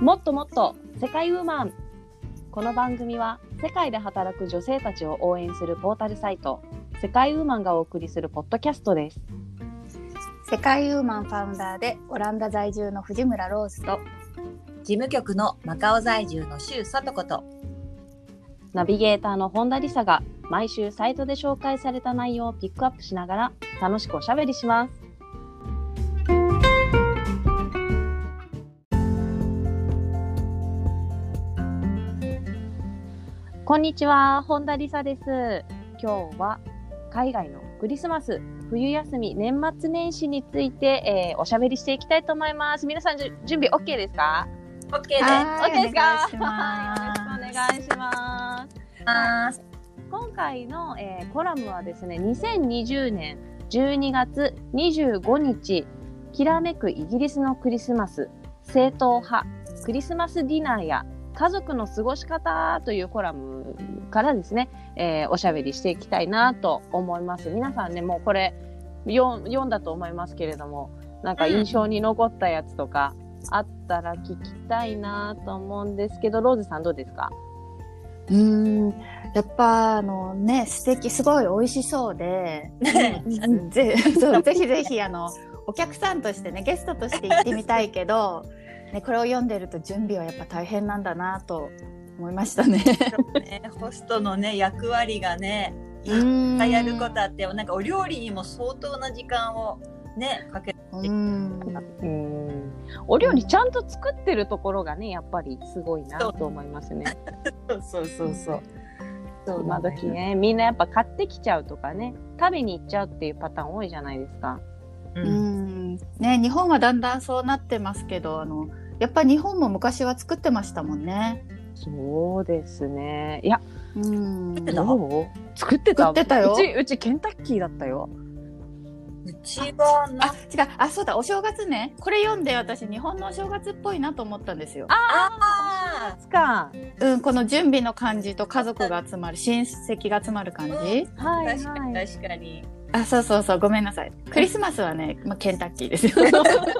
もっともっと世界ウーマン。この番組は世界で働く女性たちを応援するポータルサイト世界ウーマンがお送りするポッドキャストです。 世界ウーマンファウンダーでオランダ在住の藤村ローズと事務局のマカオ在住の周さとことナビゲーターの本田理沙が毎週サイトで紹介された内容をピックアップしながら楽しくおしゃべりします。こんにちは、本田理沙です。今日は海外のクリスマス、冬休み、年末年始について、おしゃべりしていきたいと思います。皆さん準備 OK ですか？ OK です。 OK ですか？ お願いします。 よろしくお願いします。今回の、コラムはですね、2020年12月25日、きらめくイギリスのクリスマス、正統派、クリスマスディナーや家族の過ごし方というコラムからですね、おしゃべりしていきたいなと思います。皆さんね、もうこれ読んだと思いますけれども、なんか印象に残ったやつとかあったら聞きたいなと思うんですけど、ローズさんどうですか？ やっぱ素敵、すごい美味しそうでぜひぜひお客さんとしてね、ゲストとして行ってみたいけどね、これを読んでると準備はやっぱ大変なんだなと思いましたね。 ホストのね、役割がね、いっぱいやることあって、なんかお料理にも相当な時間をね、かけてお料理ちゃんと作ってるところがね、やっぱりすごいなと思いますね。 そう今時ね、みんなやっぱ買ってきちゃうとかね、食べに行っちゃうっていうパターン多いじゃないですか。 ね、日本はだんだんそうなってますけど、やっぱ日本も昔は作ってましたもんね。 そうですね。いや、 作ってたよ。 うちケンタッキーだったよ。 うちは違う、そうだ、お正月ね。これ読んで私日本のお正月っぽいなと思ったんですよ。この準備の感じと家族が集まる、親戚が集まる感じ。 確かに。 そう、ごめんなさい。クリスマスはね、ケンタッキーですよ。 クリス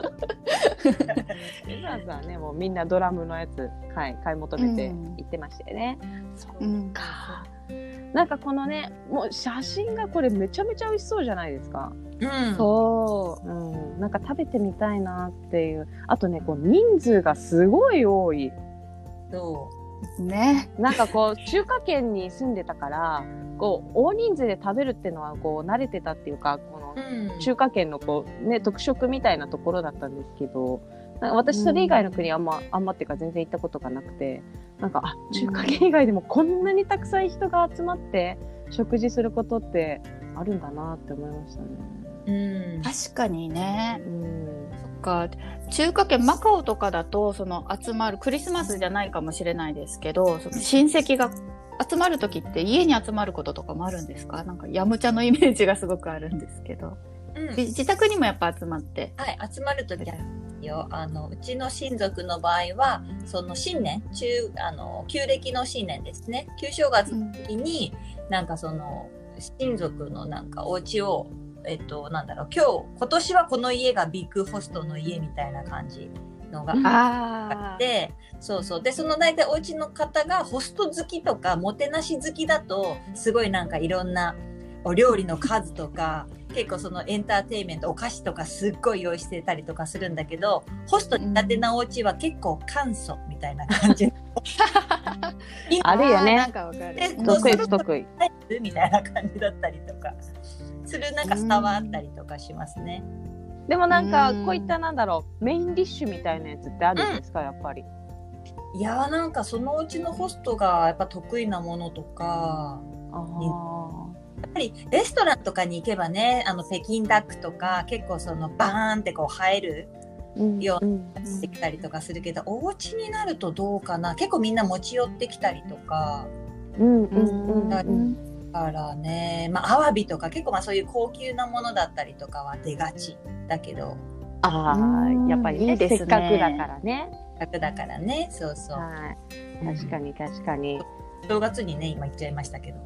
マスはね、もうみんなドラムのやつ買い求めて行ってましたよね。そうか。なんかこのね、もう写真がこれめちゃめちゃ美味しそうじゃないですか。なんか食べてみたいなっていう。あとね、こう人数がすごい多い。 ね、 なんかこう中華圏に住んでたからこう大人数で食べるっていうのはこう慣れてたっていうか、この中華圏のこう、ね、特色みたいなところだったんですけど、なんか私それ以外の国あんまっていうか全然行ったことがなくて、なんか中華圏以外でもこんなにたくさん人が集まって食事することってあるんだなって思いましたね。 確かにね。中華圏マカオとかだと集まるクリスマスじゃないかもしれないですけど、親戚が集まる時って家に集まることとかもあるんですか？なんかやむちゃのイメージがすごくあるんですけど、自宅にもやっぱ集まって、 集まる時あるよ。うちの親族の場合はその新年旧暦の新年ですね、旧正月の時に、なんかその親族のなんかお家を今年はこの家がビッグホストの家みたいな感じのがあって、でその大体お家の方がホスト好きとかもてなし好きだと、すごいなんかいろんなお料理の数とか結構そのエンターテインメント、お菓子とかすっごい用意してたりとかするんだけど、ホスト苦手なお家は結構簡素みたいな感じあるよね。 なんかわかる。 得意みたいな感じだったりとかする、なんか差はあったりとかしますね。 でもなんかこういったメインディッシュみたやつってあるんですか？やっぱり。 いやー、なんかそのうちのホストがやっぱ得意なものとかやっぱりレストランとかに行けばね、北京ダックとか結構そのバーンってこう映えるようになってきたりとかするけど、お家になるとどうかな、結構みんな持ち寄ってきたりとかからね、アワビとか結構そういう高級なものだったりとかは出がちだけど、 やっぱりね、せっかくだからね。 そう。 確かに確かに。 正月にね、今言っちゃいましたけど。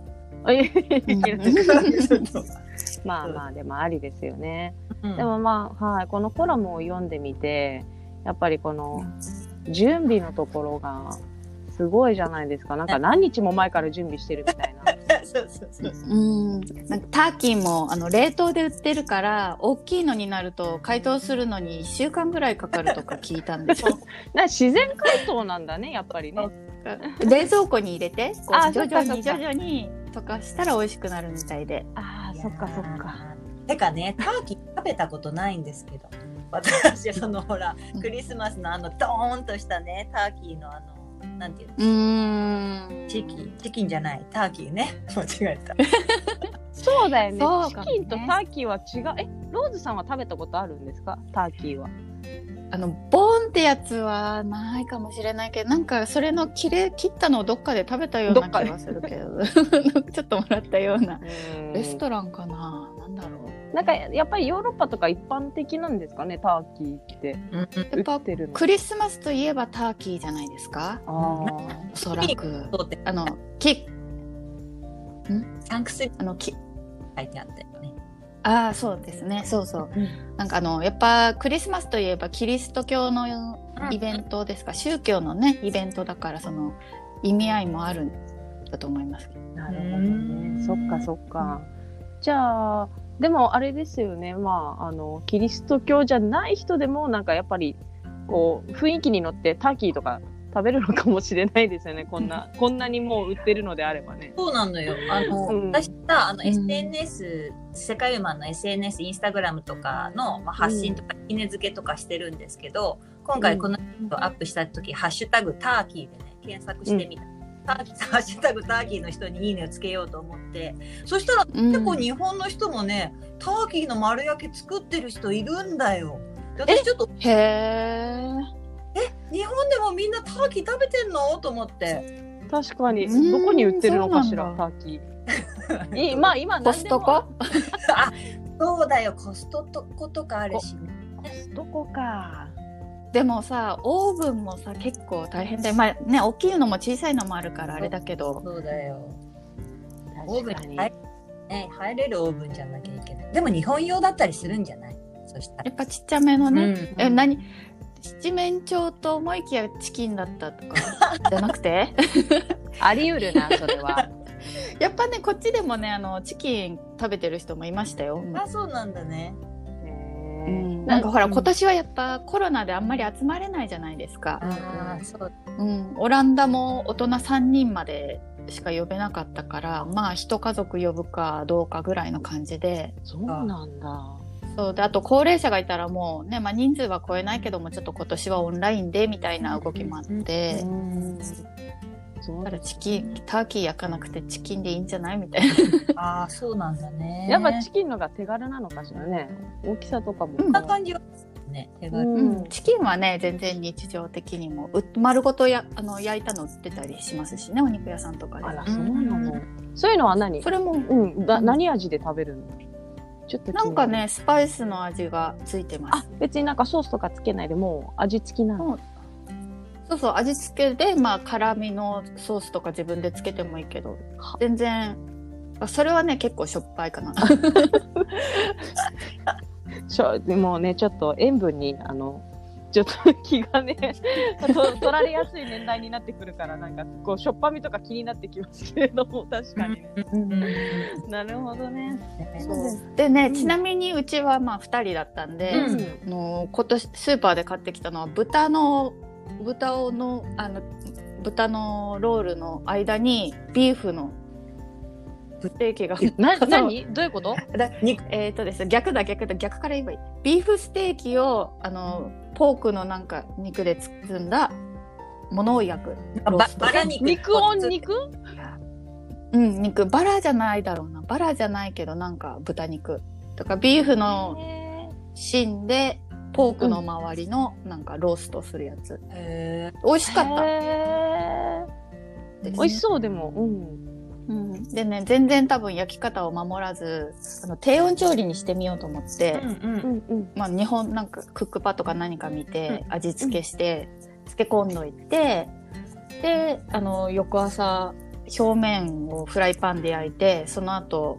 まあでもありですよね。でもこのコラムを読んでみて、やっぱりこの準備のところがすごいじゃないですか。なんか何日も前から準備してるみたいな。 そうそうそう。 なんかターキーも冷凍で売ってるから大きいのになると解凍するのに1週間ぐらいかかるとか聞いたんですよ。 自然解凍なんだね、やっぱりね。 冷蔵庫に入れてこう徐々にそっか徐々にとかしたら美味しくなるみたいで。 ああ、そっかそっか。 てかね、ターキー食べたことないんですけど、私そのほらクリスマスのドーンとしたねターキーのなんていうの、チキンじゃないターキーね、間違えた。 そうだよね。 そうかもねチキンとターキーは違う。ローズさんは食べたことあるんですか？ターキーは。 ボーンってやつはないかもしれないけど、なんかそれの切ったのをどっかで食べたような気がするけどちょっともらったような。レストランかな、なんだろう。 なんかやっぱりヨーロッパとか一般的なんですかね、ターキーって売ってるの。 クリスマスといえばターキーじゃないですか。おそらくサンクス書いてあったよね。 ああ、そうですね。そうそう。なんかやっぱクリスマスといえばキリスト教のイベントですか、宗教のねイベントだから、その意味合いもあるんだと思います。 なるほどね。そっかそっか。じゃあでもあれですよね。キリスト教じゃない人でもなんかやっぱりこう雰囲気に乗ってターキーとか食べるのかもしれないですよね。こんなにもう売ってるのであればね。 そうなのよ。私さ、SNS、世界ウーマンの SNS、インスタグラムとかの、発信とか、いいね付けとかしてるんですけど、今回このアップした時、ハッシュタグターキーでね、検索してみた。ハッシュタグターキーの人にいいねをつけようと思って。そしたら、結構日本の人もね、ターキーの丸焼き作ってる人いるんだよ。で私ちょっと、日本でもみんなターキー食べてんのと思って。 確かに。どこに売ってるのかしら、ターキー。今コストコあ、そうだよ。コストコとかあるしね。 コストコか。 でもさ、オーブンもさ結構大変で、大きいのも小さいのもあるからあれだけど。 そうだよ。オーブンに入れるオーブンじゃなきゃいけない。でも日本用だったりするんじゃない？そしたらやっぱちっちゃめのね。七面鳥と思いきやチキンだったとかじゃなくてあり得るな、それは。 やっぱね、こっちでもねチキン食べてる人もいましたよ。 あ、そうなんだね。 なんかほら、今年はやっぱコロナであんまり集まれないじゃないですか。 そう。 オランダも大人3人までしか呼べなかったから、一家族呼ぶかどうかぐらいの感じで。 そうなんだ。 そうで、あと高齢者がいたらもうね、人数は超えないけども、ちょっと今年はオンラインでみたいな動きもあって、だからターキー焼かなくてチキンでいいんじゃないみたいな。 あ、そうなんだね。 やっぱチキンのが手軽なのかしらね。大きさとかも。 こんな感じはね、手軽。 チキンはね、全然日常的にも丸ごと焼いたの売ってたりしますしね、お肉屋さんとかで。 あら、そうなの。そういうのは何？ それも、 何味で食べるの？ちょっとなんかね、スパイスの味がついてます。 別になんかソースとかつけないでもう味付きなの？ そうそう、味付けで辛みのソースとか自分でつけてもいいけど、全然それはね結構しょっぱいかな。 でもね、ちょっと塩分にちょっと気がね取られやすい年代になってくるから、なんかこうしょっぱみとか気になってきますけれども、確かにね。なるほどね。 そうでね、ちなみにうちは2人だったんで、今年スーパーで買ってきたのは豚のロールの間にビーフのステーキが何？どういうこと？ です逆から言えばいい。ビーフステーキをポークのなんか肉で包んだものを焼く。 バラ肉。 肉オン肉？ 肉。バラじゃないだろうな。バラじゃないけどなんか豚肉。とかビーフの芯でポークの周りのなんかローストするやつ。美味しかった。 美味しそうでも。 でね、全然多分焼き方を守らず低温調理にしてみようと思って、日本なんかクックパッドか何か見て味付けして漬け込んどいて、で翌朝表面をフライパンで焼いて、その後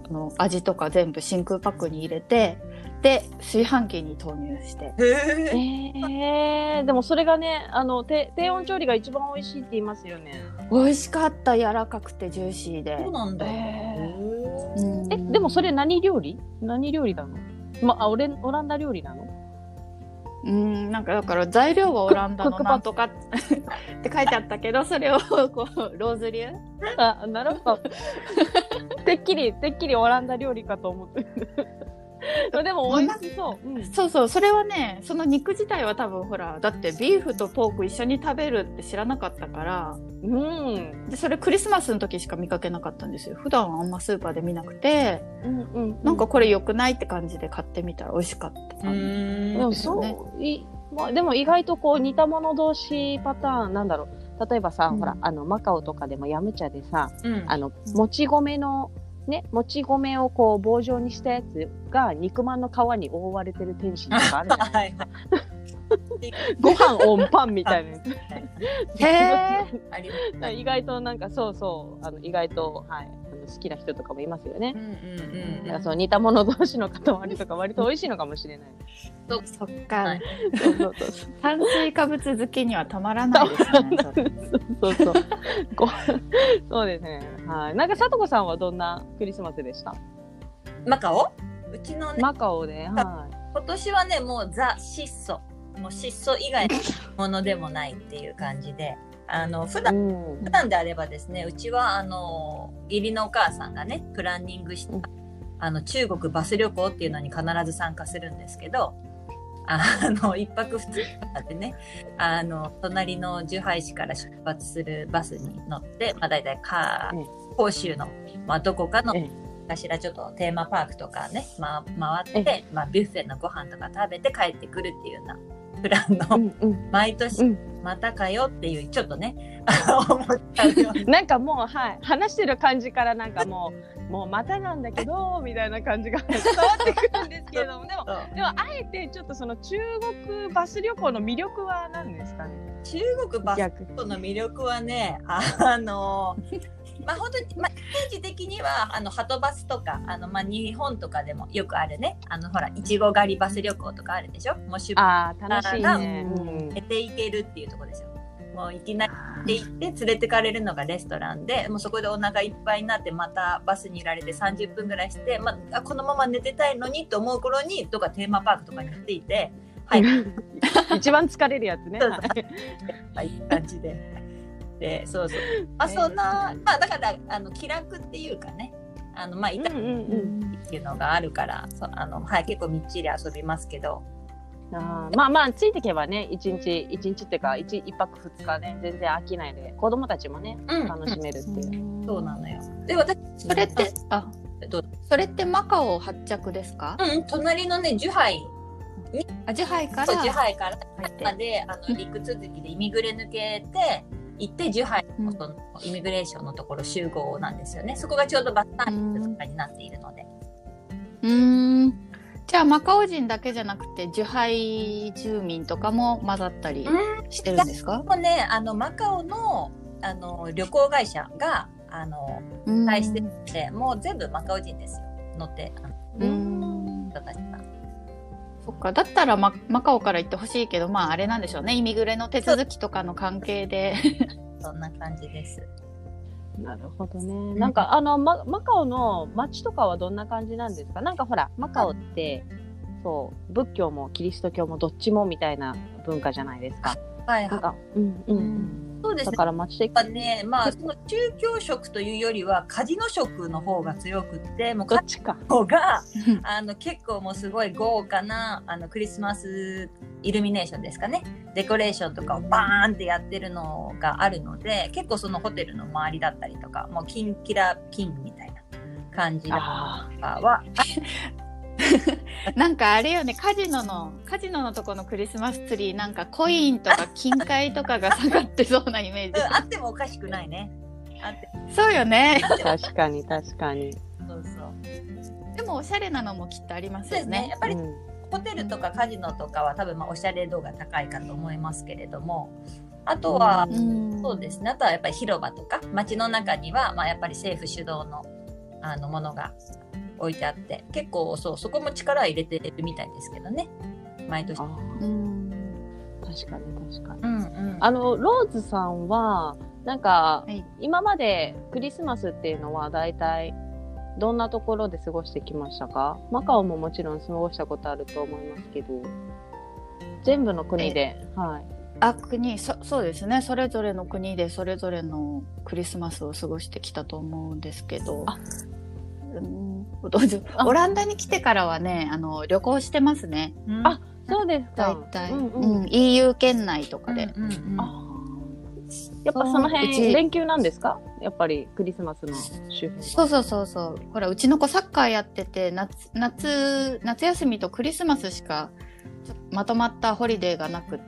味とか全部真空パックに入れて、で炊飯器に投入して。 でもそれがね、低温調理が一番美味しいって言いますよね。 美味しかった。柔らかくてジューシーで。 そうなんだ。 でもそれ何料理なの？オランダ料理なの？ なんかだから材料はオランダのなんとかって書いてあったけど、それをこうローズ流。 なるほど。てっきりオランダ料理かと思って。でも美味しそう。 そうそう、それはね、その肉自体は多分ほら、だってビーフとポーク一緒に食べるって知らなかったから、でそれクリスマスの時しか見かけなかったんですよ。普段はあんまスーパーで見なくて、なんかこれ良くないって感じで買ってみたら美味しかった。 でもそうでも意外とこう似た者同士パターンなんだろう。例えばさ、ほらマカオとかでもヤムチャでさ、もち米をこう棒状にしたやつが肉まんの皮に覆われてる天津とかあるじゃないご飯オンパンみたいなやつ。へ意外となんか意外と、好きな人とかもいますよね。だからそう似た者同士の塊とか割と美味しいのかもしれない。 そっか。炭水化物好きにはたまらないですね。 そうですね。はい。なんかさとこさんはどんなクリスマスでした？ マカオ？うちのね。 マカオで、 今年はね、もうザ質素、もう質素以外のものでもないっていう感じで、普段であればですね、うちは義理のお母さんがねプランニングした中国バス旅行っていうのに必ず参加するんですけど、一泊二日でね、隣のジュハイ市から出発するバスに乗って、だいたい広州の、どこかのかしらちょっとテーマパークとかね、回って、ビュッフェのご飯とか食べて帰ってくるっていうようなプランの、毎年またかよっていうちょっとね思っちゃうようななんかもう話してる感じからなんかもうまたなんだけどみたいな感じが伝わってくるんですけれども、でもあえてちょっとその中国バス旅行の魅力は何ですかね？ 中国バス旅行の魅力はね、本当に、イメージ的にははとバスとか日本とかでもよくあるね、ほらいちご狩りバス旅行とかあるでしょ。もう出発が出ていけるっていうところですよ。もういきなり行って連れてかれるのがレストランで、もうそこでお腹いっぱいになってまたバスにいられて30分ぐらいして、このまま寝てたいのにと思う頃にどっかテーマパークとかに行っていて、 一番疲れるやつね。 いい感じで。そうそんなだから気楽っていうかね、いたっていうのがあるから結構みっちり遊びますけど、ついてけばね1日っていうか1泊2日ね全然飽きないで子供たちもね、楽しめるっていう。 そうなのよ。で私それってマカオ発着ですか？ 隣のねジュハイジュハイからまで陸続きでイミグレ抜けて行ってジュハイのそのイミグレーションのところ集合なんですよね。そこがちょうどバスターミナルとかになっているので。 じゃあマカオ人だけじゃなくてジュハイ住民とかも混ざったりしてるんですか？ もうねマカオの旅行会社が対してて、もう全部マカオ人ですよ。乗って人たちが。 そっか、だったらマカオから行ってほしいけど、あれなんでしょうね、イミグレの手続きとかの関係でそんな感じです。 なるほどね。なんかマカオの街とかはどんな感じなんですか？なんかほらマカオってそう仏教もキリスト教もどっちもみたいな文化じゃないですか。なんかそうですね。 だから街的にね、その宗教色というよりはカジノ色の方が強くって、もうどっちか方が結構もうすごい豪華なクリスマスイルミネーションですかね、デコレーションとかをバーンってやってるのがあるので、結構そのホテルの周りだったりとか、もうキンキラキンみたいな感じとかはなんかあれよね、カジノのとこのクリスマスツリー、なんかコインとか金塊とかが下がってそうなイメージあってもおかしくないね。 そうよね。 確かにそうでもおしゃれなのもきっとありますよね。 やっぱりホテルとかカジノとかは多分おしゃれ度が高いかと思いますけれども、あとはそうですね、あとはやっぱり広場とか街の中にはやっぱり政府主導のものが置いてあって、結構そこも力入れてるみたいですけどね、毎年。 確かに確かに。 うんうん、 ローズさんはなんか、 はい、 今までクリスマスっていうのはだいたいどんなところで過ごしてきましたか？マカオももちろん過ごしたことあると思いますけど、全部の国で、はい。 そうですね。それぞれの国でそれぞれのクリスマスを過ごしてきたと思うんですけど、オランダに来てからはね、旅行してますね。 あ、そうですか。 大体、EU 圏内とかで。 やっぱその辺連休なんですか？やっぱりクリスマスの周辺。 そう。ほら、うちの子サッカーやってて、夏休みとクリスマスしかまとまったホリデーがなくって、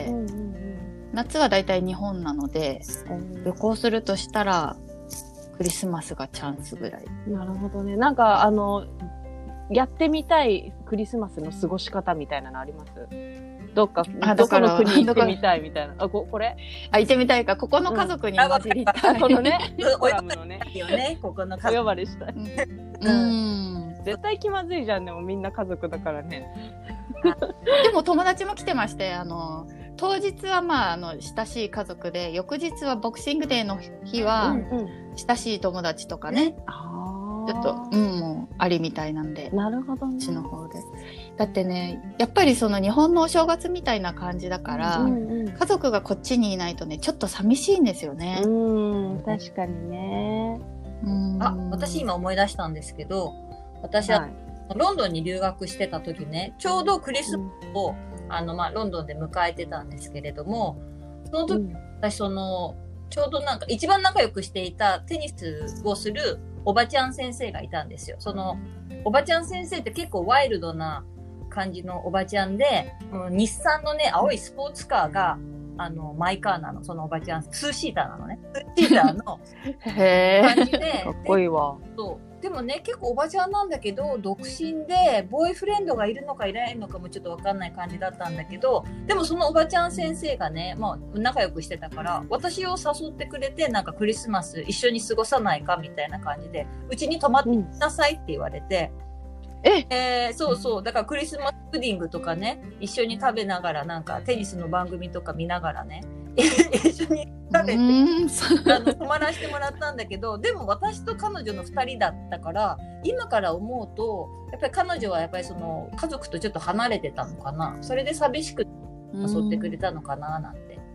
夏はだいたい日本なので、旅行するとしたらクリスマスがチャンスぐらい。 なるほどね。なんかやってみたいクリスマスの過ごし方みたいなのあります？どこの国行ってみたいみたいな。これ？ 行ってみたいか、ここの家族に混じりたい。 このね、コラムのね。 ここの家族。 お呼ばれしたい。絶対気まずいじゃん、でもみんな家族だからね。 でも友達も来てまして、当日は親しい家族で、翌日はボクシングデーの日は親しい友達とかね、ちょっともうありみたいなんで。 なるほどね。 うちの方で。だってね、やっぱりその日本のお正月みたいな感じだから、家族がこっちにいないとね、ちょっと寂しいんですよね。 確かにね。 私今思い出したんですけど、私はロンドンに留学してた時ね、ちょうどクリスマスをロンドンで迎えてたんですけれども、その時、私ちょうどなんか一番仲良くしていたテニスをするおばちゃん先生がいたんですよ。そのおばちゃん先生って結構ワイルドな感じのおばちゃんで、日産のね、青いスポーツカーがマイカーなの。そのおばちゃん、ツーシーターなのね。ツーシーターの感じで。 かっこいいわ。 でもね、結構おばちゃんなんだけど、独身で、ボーイフレンドがいるのかいないのかもちょっとわかんない感じだったんだけど、でもそのおばちゃん先生がね、仲良くしてたから、私を誘ってくれて、なんかクリスマス一緒に過ごさないかみたいな感じで、うちに泊まってなさいって言われて、そう。だからクリスマスプディングとかね、一緒に食べながら、なんかテニスの番組とか見ながらね、一緒に食べて泊まらせてもらったんだけど、でも私と彼女の2人だったから、今から思うとやっぱり彼女はやっぱりその家族とちょっと離れてたのかな、それで寂しく誘ってくれたのかななんて。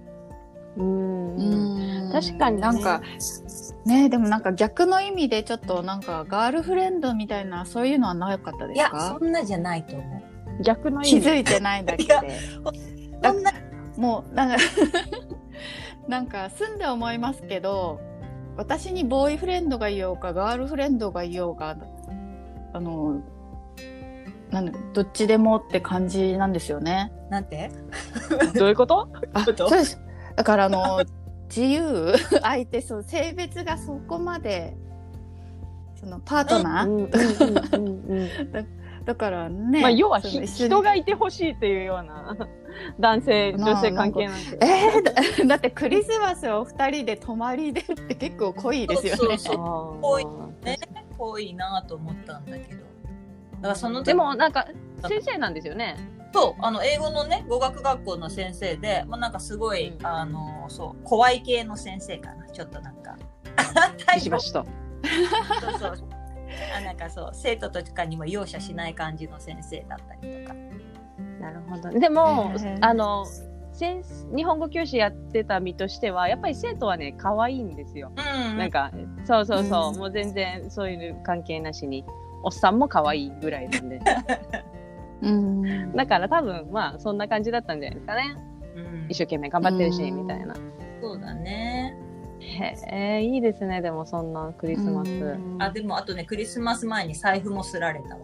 確かになんかね、でもなんか逆の意味でちょっとなんかガールフレンドみたいなそういうのはなかったですか？ いや、そんなじゃないと思う。 逆の意味気づいてないだけでもうなんか住んで思いますけど、私にボーイフレンドがいようかガールフレンドがいようかどっちでもって感じなんですよね。 なんてどういうこと？ そうです。だから自由相手、性別がそこまでそのパートナーだからね、 要は人がいてほしいっていうような男性女性関係なんで、だってクリスマスを2人で泊まりでって結構濃いですよね。 濃いなと思ったんだけど、だからでもなんか先生なんですよね。 そう、英語のね、語学学校の先生で、なんかすごい、怖い系の先生かな。ちょっとなんか。 しました。 そう。なんか生徒とかにも容赦しない感じの先生だったりとか。 なるほど。でも、日本語教師やってた身としては、やっぱり生徒はね、可愛いんですよ。なんか、そう、もう全然そういう関係なしに、おっさんも可愛いぐらいなんで。だから多分そんな感じだったんじゃないですかね。一生懸命頑張ってるしみたいな。 そうだね。 いいですね。でもそんなクリスマス。 でもあとね、クリスマス前に財布もすられたわ。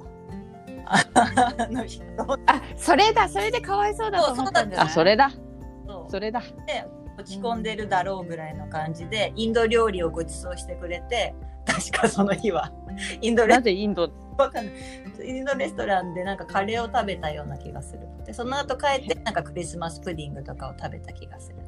それでかわいそうだと思ったんじゃない？ それだ。 で落ち込んでるだろうぐらいの感じで、インド料理をご馳走してくれて、確かその日はなぜインド？ わかんない。インドレストランでなんかカレーを食べたような気がする。でその後帰ってなんかクリスマスプディングとかを食べた気がする。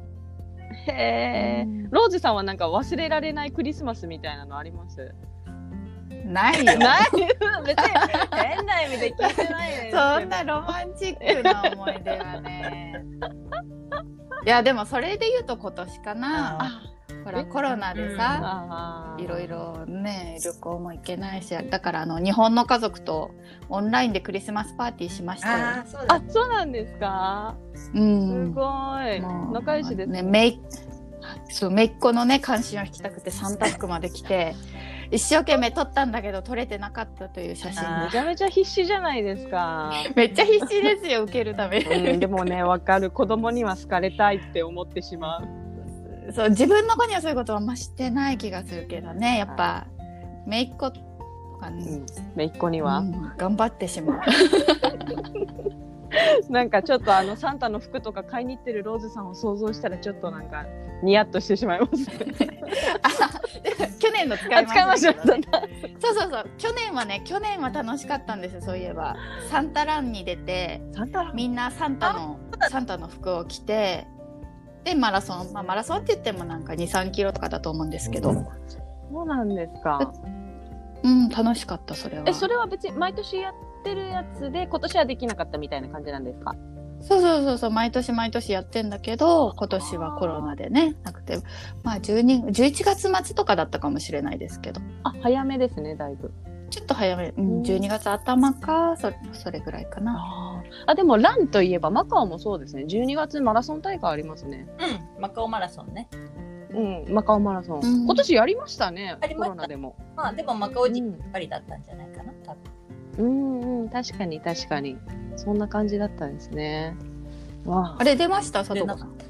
ローズさんはなんか忘れられないクリスマスみたいなのあります？ ないよ。 ない別に変な意味で聞いてないですけどそんなロマンチックな思い出はね。いやでもそれで言うと今年かな。ほらコロナでさ、いろいろね旅行も行けないし、だから日本の家族とオンラインでクリスマスパーティーしましたよ。 そうなんですか。 うん、 すごい仲良しですね。 姪っ子のね関心を引きたくてサンタ服まで着て一生懸命撮ったんだけど撮れてなかったという写真。 めちゃめちゃ必死じゃないですか。 めっちゃ必死ですよ受けるために、 でもねわかる。子供には好かれたいって思ってしまう。 そう自分の子にはそういうことはあんましてない気がするけどね、やっぱ姪っ子とかね、 姪っ子には、 頑張ってしまうなんかちょっとサンタの服とか買いに行ってるローズさんを想像したらちょっとなんかニヤッとしてしまいます去年の使いましたけどね。そう去年は楽しかったんですよ。そういえばサンタランに出てみんなサンタの服を着て、でマラソンって言ってもなんか 2,3 キロとかだと思うんですけど。 そうなんですか。 楽しかった。それはそれは別に毎年やってるやつで今年はできなかったみたいな感じなんですか？ そう毎年やってんだけど今年はコロナでねなくて、11月末とかだったかもしれないですけど。 早めですね。だいぶちょっと早め、12月頭かそれぐらいかな。 でもランといえばマカオもそうですね。12月マラソン大会ありますね。 マカオマラソンね。 マカオマラソン、今年やりましたね。コロナでも。 でもマカオ人ばっかりだったんじゃないかな、多分。 確かにそんな感じだったんですね。 あれ出ました佐藤さん。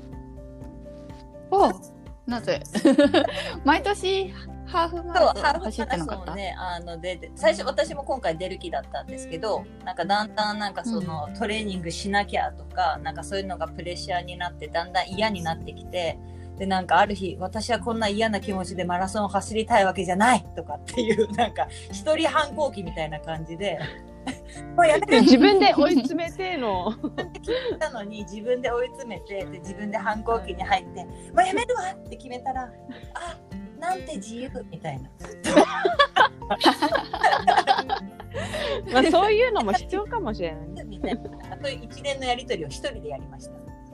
なぜ毎年ハーフマラソン走ってなかった？ 最初私も今回出る気だったんですけど、なんかだんだんなんかその、トレーニングしなきゃとか、なんかそういうのがプレッシャーになってだんだん嫌になってきて、でなんかある日私はこんな嫌な気持ちでマラソンを走りたいわけじゃないとかっていうなんか一人反抗期みたいな感じでもうやめる自分で追い詰めての決めたのに自分で追い詰めて、で自分で反抗期に入ってもうやめるわって決めたら、なんて自由みたいなそういうのも必要かもしれないみたいな、そういう一連のやり取りを一人でやりました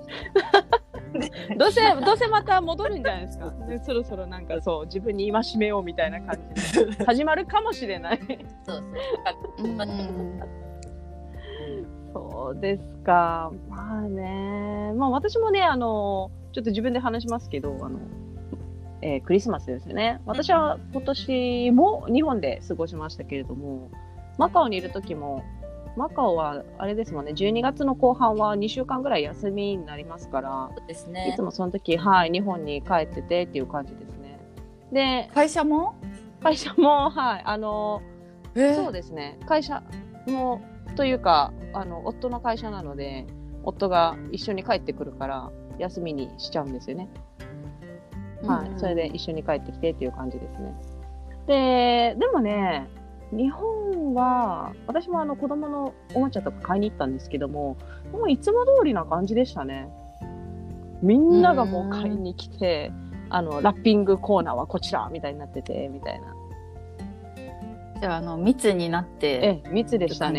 どうせまた戻るんじゃないですか、そろそろなんかそう自分に戒めようみたいな感じで始まるかもしれないそうですか。私もねちょっと自分で話しますけどクリスマスですよね。私は今年も日本で過ごしましたけれども、マカオにいる時もマカオはあれですもんね、12月の後半は2週間ぐらい休みになりますから、 そうですね、 いつもその時、日本に帰っててっていう感じですね。で、 会社もそうですね、会社もというか夫の会社なので、夫が一緒に帰ってくるから休みにしちゃうんですよね。それで一緒に帰ってきてっていう感じですね。でもね、日本は私も子供のおもちゃとか買いに行ったんですけども、もういつも通りな感じでしたね。みんながもう買いに来て、ラッピングコーナーはこちらみたいになっててみたいな。 じゃあ密になって密でしたね。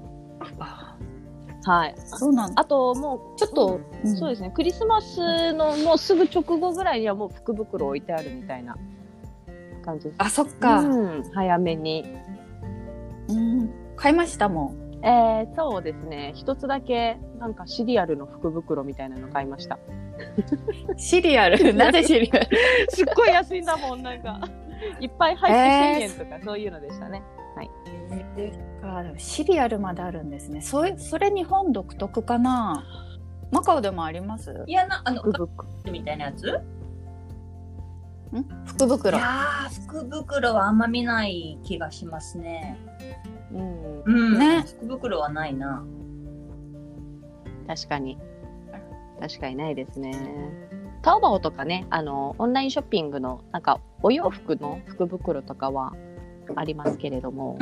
そうなんだ。 あともうちょっと、そうですね、クリスマスのもうすぐ直後ぐらいにはもう福袋置いてあるみたいな感じです。 そっか、 早めに買いましたもん。 そうですね、一つだけなんかシリアルの福袋みたいなの買いました。 シリアルなぜシリアルすっごい安いんだもん、なんかいっぱい入って1000円とかそういうのでしたね。 でもシリアルまであるんですね。それ日本独特かな。マカオでもあります？ いや福袋みたいなやつ？ 福袋。 いや福袋はあんま見ない気がしますね。ね、福袋はないな。 確かにないですね。タオバオとかね、オンラインショッピングのなんかお洋服の福袋とかはありますけれども、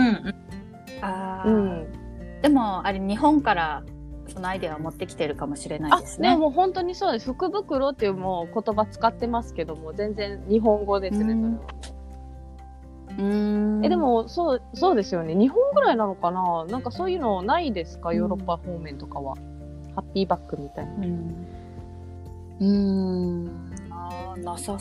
でもあれ日本からそのアイデアを持ってきてるかもしれないですね。 でも本当にそうです。福袋っていうもう言葉使ってますけども、全然日本語ですね。 でもそうですよね。日本ぐらいなのかな。なんかそういうのないですか、ヨーロッパ方面とかは。ハッピーバッグみたいな。 なさ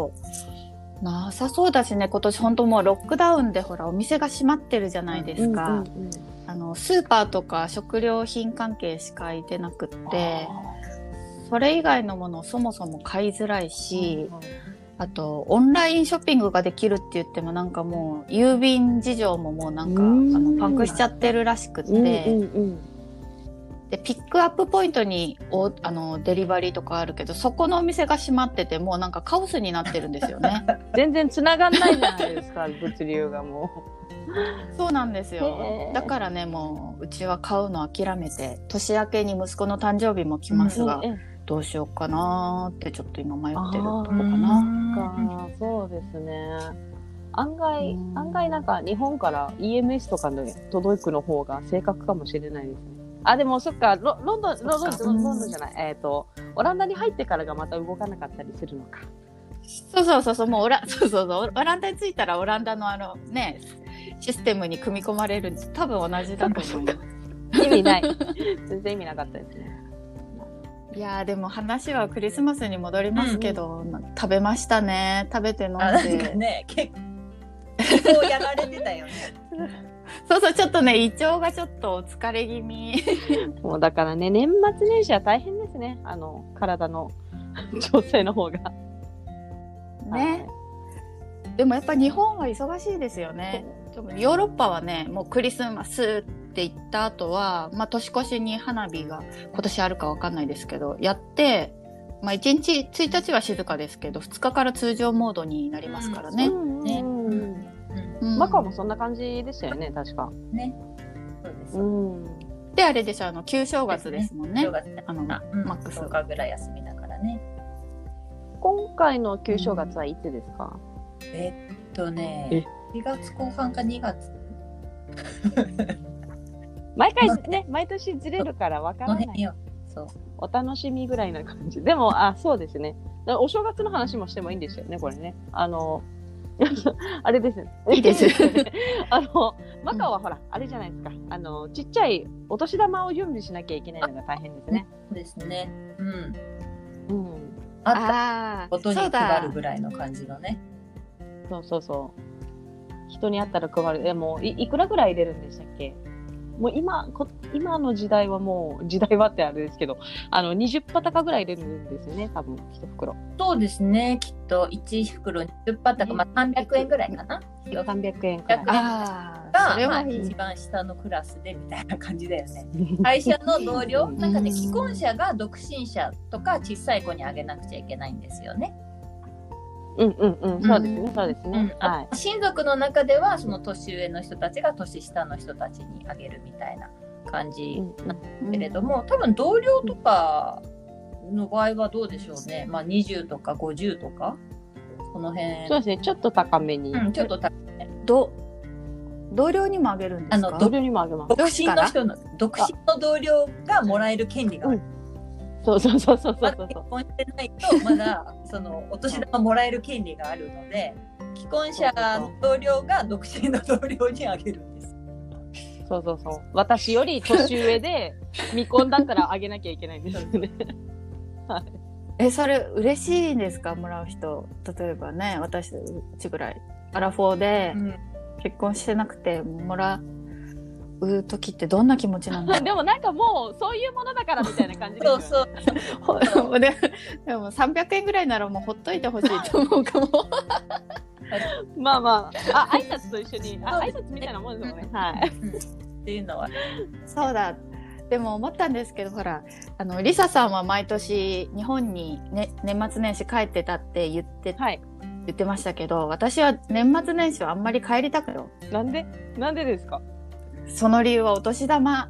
そうだしね。今年本当もうロックダウンでほらお店が閉まってるじゃないですか。スーパーとか食料品関係しか開いてなくって、それ以外のものをそもそも買いづらいし、あとオンラインショッピングができるって言ってもなんかもう郵便事情ももうなんかパンクしちゃってるらしくって、でピックアップポイントにデリバリーとかあるけど、そこのお店が閉まっててもうなんかカオスになってるんですよね。 全然繋がんないじゃないですか物流がもう。そうなんですよ。だからね、もううちは買うの諦めて、年明けに息子の誕生日も来ますが、どうしようかなってちょっと今迷ってるとこかな。 そうですね。案外なんか日本から EMS とかで届くの方が正確かもしれないですね。でもそっか、ロンドンじゃない、オランダに入ってからがまた動かなかったりするのか。 そうもうオランダに着いたらオランダのねシステムに組み込まれるんです。多分同じだと思います。 意味ない。全然意味なかったですね。 いやでも話はクリスマスに戻りますけど、食べましたね。食べて飲んで。 なんかね、結構やられてたよね。 そうちょっとね胃腸がちょっとお疲れ気味。 もうだからね、年末年始は大変ですね。体の調整の方がね。でもやっぱ日本は忙しいですよね。ヨーロッパはね、もうクリスマスって言った後は、年越しに花火が今年あるかわかんないですけどやって、1日1日は静かですけど2日から通常モードになりますからね。 マカオもそんな感じでしたよね、確か。 ね。そうです。 であれでしょ、旧正月ですもんね。 マックス10日ぐらい休みだからね。 今回の旧正月はいつですか ？2月後半か2月。 毎回ね、毎年ずれるからわからない。 そう。 お楽しみぐらいな感じ。でも、そうですね。お正月の話もしてもいいんですよね、これね。あれですね。 いいです。 マカオはほら、あれじゃないですか。ちっちゃいお年玉を準備しなきゃいけないのが大変ですね。 そうですね。 あったことに配るぐらいの感じのね。 そう。人に会ったら配る。もういくらぐらい入れるんでしたっけ？もう今の時代はってあれですけど、20パタカぐらい入れるんですよね、多分1袋。 そうですね、きっと1袋20パタカ、300円ぐらいかな。 300円くらい。 が、一番下のクラスでみたいな感じだよね。会社の同僚、なんかね、既婚者が独身者とか小さい子にあげなくちゃいけないんですよね。 そうですね。 親族の中ではその年上の人たちが年下の人たちにあげるみたいな感じなんですけれども、多分同僚とかの場合はどうでしょうね。20とか50とかその辺。 そうですね、ちょっと高めに。 ちょっと高め。 同僚にもあげるんですか？ 同僚にもあげます。 独身の同僚がもらえる権利がある。 そう。 まだ結婚してないとまだそのお年玉もらえる権利があるので、既婚者の同僚が独身の同僚にあげるんです。 そう。私より年上で未婚だったらあげなきゃいけないんですよね。 それ嬉しいんですか？もらう人。例えばね、私うちぐらいアラフォーで結婚してなくてもらう時ってどんな気持ちなんだろう。 でもなんかもうそういうものだからみたいな感じですよね。 そうでも300円ぐらいならもうほっといてほしいと思うかも。 挨拶と一緒に挨拶みたいなもんですよね。 っていうのはそうだ。でも思ったんですけど、ほらリサさんは毎年日本に、年末年始帰ってたって言ってましたけど、私は年末年始はあんまり帰りたくないよ。 なんでですか？ その理由はお年玉。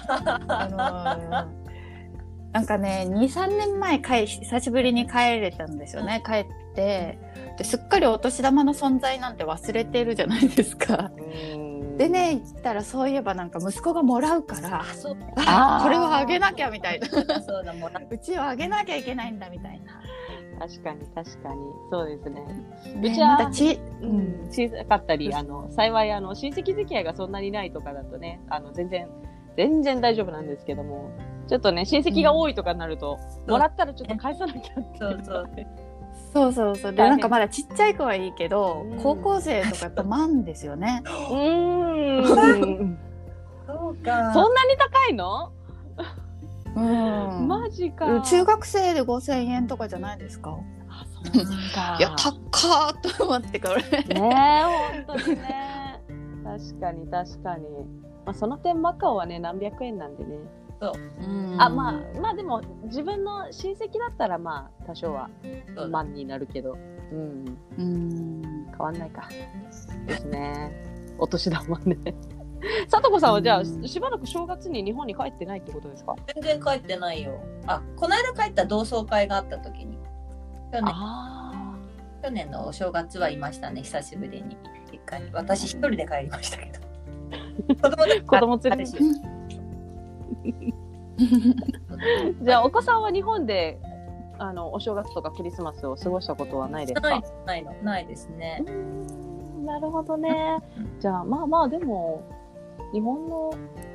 なんかね、2、3年前久しぶりに帰れたんですよね。帰ってですっかりお年玉の存在なんて忘れてるじゃないですか。でね、言ったらそういえばなんか息子がもらうからこれはあげなきゃみたいな。うちはあげなきゃいけないんだみたいな。 確かにそうですね。 ね、 うちはまだ小さかったり、幸い親戚付き合いがそんなにないとかだとね、全然大丈夫なんですけども、ちょっとね親戚が多いとかになると、もらったらちょっと返さなきゃっていうそうで、なんかまだちっちゃい子はいいけど、高校生とかやっぱ万ですよね。 そうか。 そんなに高いの？ママジか。 中学生で5000円とかじゃないですか？ あ、そうなんだ。 いや、高ーと思ってこれ。 ねえ、本当にね。確かに。まあ、その点マカオはね、何百円なんでね。 そう。 まあでも自分の親戚だったらまあ多少は万になるけど、変わんないか。ですね。お年玉ね。さとこさんはじゃあ、しばらく正月に日本に帰ってないってことですか？ 全然帰ってないよ。この間帰った同窓会があった時に。去年のお正月はいましたね、久しぶりに。実家に。私一人で帰りましたけど。 子供連れて。じゃあお子さんは日本でお正月とかクリスマスを過ごしたことはないですか？ ないですね。 なるほどね。じゃあまあでも日本の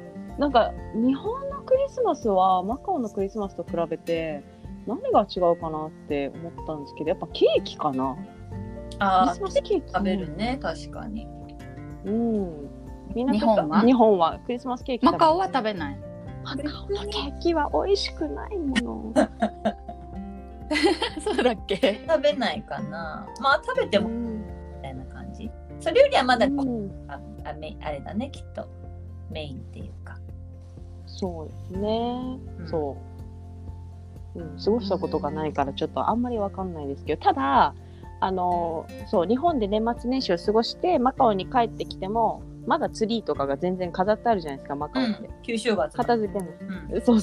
クリスマスはマカオのクリスマスと比べて何が違うかなって思ったんですけど、やっぱケーキかな。クリスマスケーキ食べるね、確かに。 みんな日本はクリスマスケーキマカオは食べない。 マカオのケーキは美味しくないもの。 そうだっけ？ 食べないかな。まあ食べてもみたいな感じ。それよりはまだあれだね、きっとメインっていうか。 そうですね。そう。過ごしたことがないからちょっとあんまりわかんないですけど、ただそう日本で年末年始を過ごしてマカオに帰ってきてもまだツリーとかが全然飾ってあるじゃないですか、マカオって。 旧正月片付けない。そう。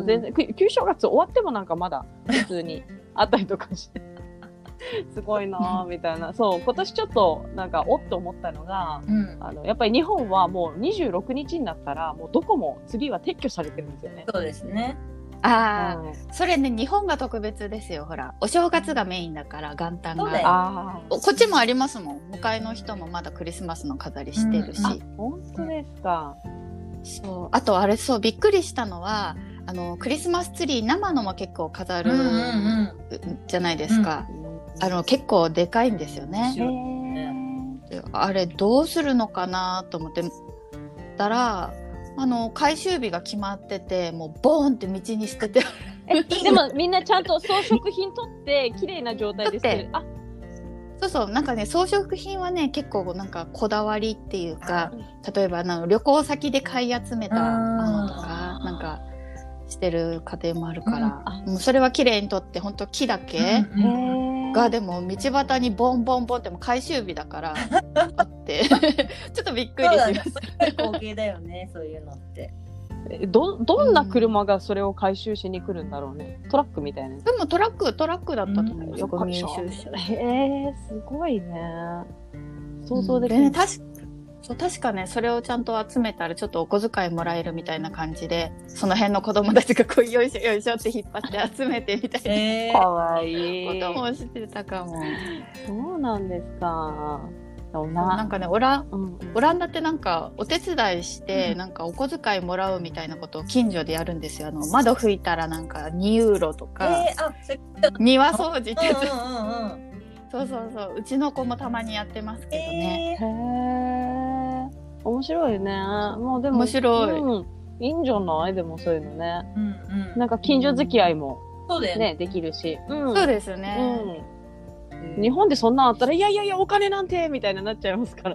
全然旧正月終わってもなんかまだ普通にあったりとかして。すごいなみたいな。そう、今年ちょっとなんかおっと思ったのが、やっぱり日本はもう26日になったらもうどこもツリーは撤去されてるんですよね。 そうですね。 それね、日本が特別ですよ。ほら、お正月がメインだから元旦が。 こっちもありますもん。向かいの人もまだクリスマスの飾りしてるし。 本当ですか。 そう。あとびっくりしたのはクリスマスツリー生のも結構飾るじゃないですか。結構でかいんですよね。あれどうするのかなと思ってたら、回収日が決まってて、もうボーンって道に捨ててでもみんなちゃんと装飾品取って綺麗な状態で捨てる。 そうなんかね、装飾品はね結構なんかこだわりっていうか、例えば旅行先で買い集めたものとかなんかしてる家庭もあるから、もうそれは綺麗に取って本当木だけがでも道端にボンボンボンっても回収日だからあってちょっとびっくりしました。 光景だよね、そういうのって。 どんな車がそれを回収しに来るんだろうね。トラックみたいな。 でもトラックだったと思う。よく回収して。 すごいね。想像できない。 確かね、それをちゃんと集めたらちょっとお小遣いもらえるみたいな感じで、その辺の子供たちがこうよいしょよいしょって引っ張って集めてみたいな、 かわいいこともしてたかも。 そうなんですか。 なんかね、オランダってなんかお手伝いしてなんかお小遣いもらうみたいなことを近所でやるんですよ。窓拭いたらなんか2ユーロとか、庭掃除ってそううちの子もたまにやってますけどね。 面白いね。もうでも面白い。 いいんじゃない？でもそういうのね。なんか近所付き合いもねできるし。 そうですよね。 日本でそんなんあったらいやお金なんてみたいになっちゃいますから。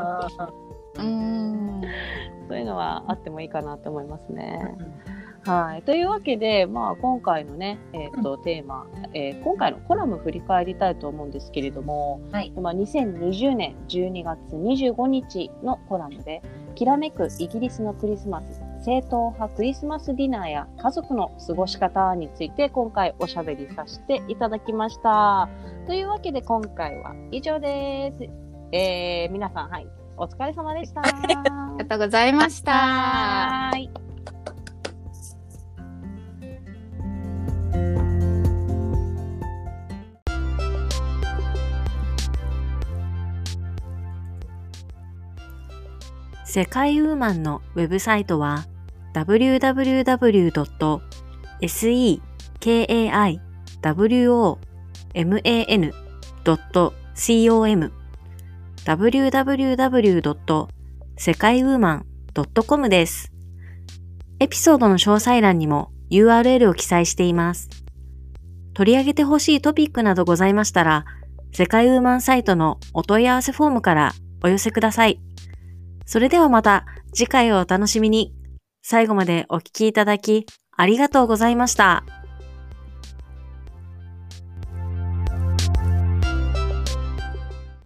そういうのはあってもいいかなと思いますね。はい。というわけで、今回のね、テーマ、今回のコラム振り返りたいと思うんですけれども、2020年12月25日のコラムで、きらめくイギリスのクリスマス、正統派クリスマスディナーや家族の過ごし方について今回おしゃべりさせていただきました。というわけで今回は以上です。皆さん、お疲れ様でした。ありがとうございました。 世界ウーマンのウェブサイトは www.sekaiwoman.com www.sekaiwoman.com です。エピソードの詳細欄にも URL を記載しています。取り上げてほしいトピックなどございましたら、世界ウーマンサイトのお問い合わせフォームからお寄せください。それではまた次回をお楽しみに。最後までお聞きいただきありがとうございました。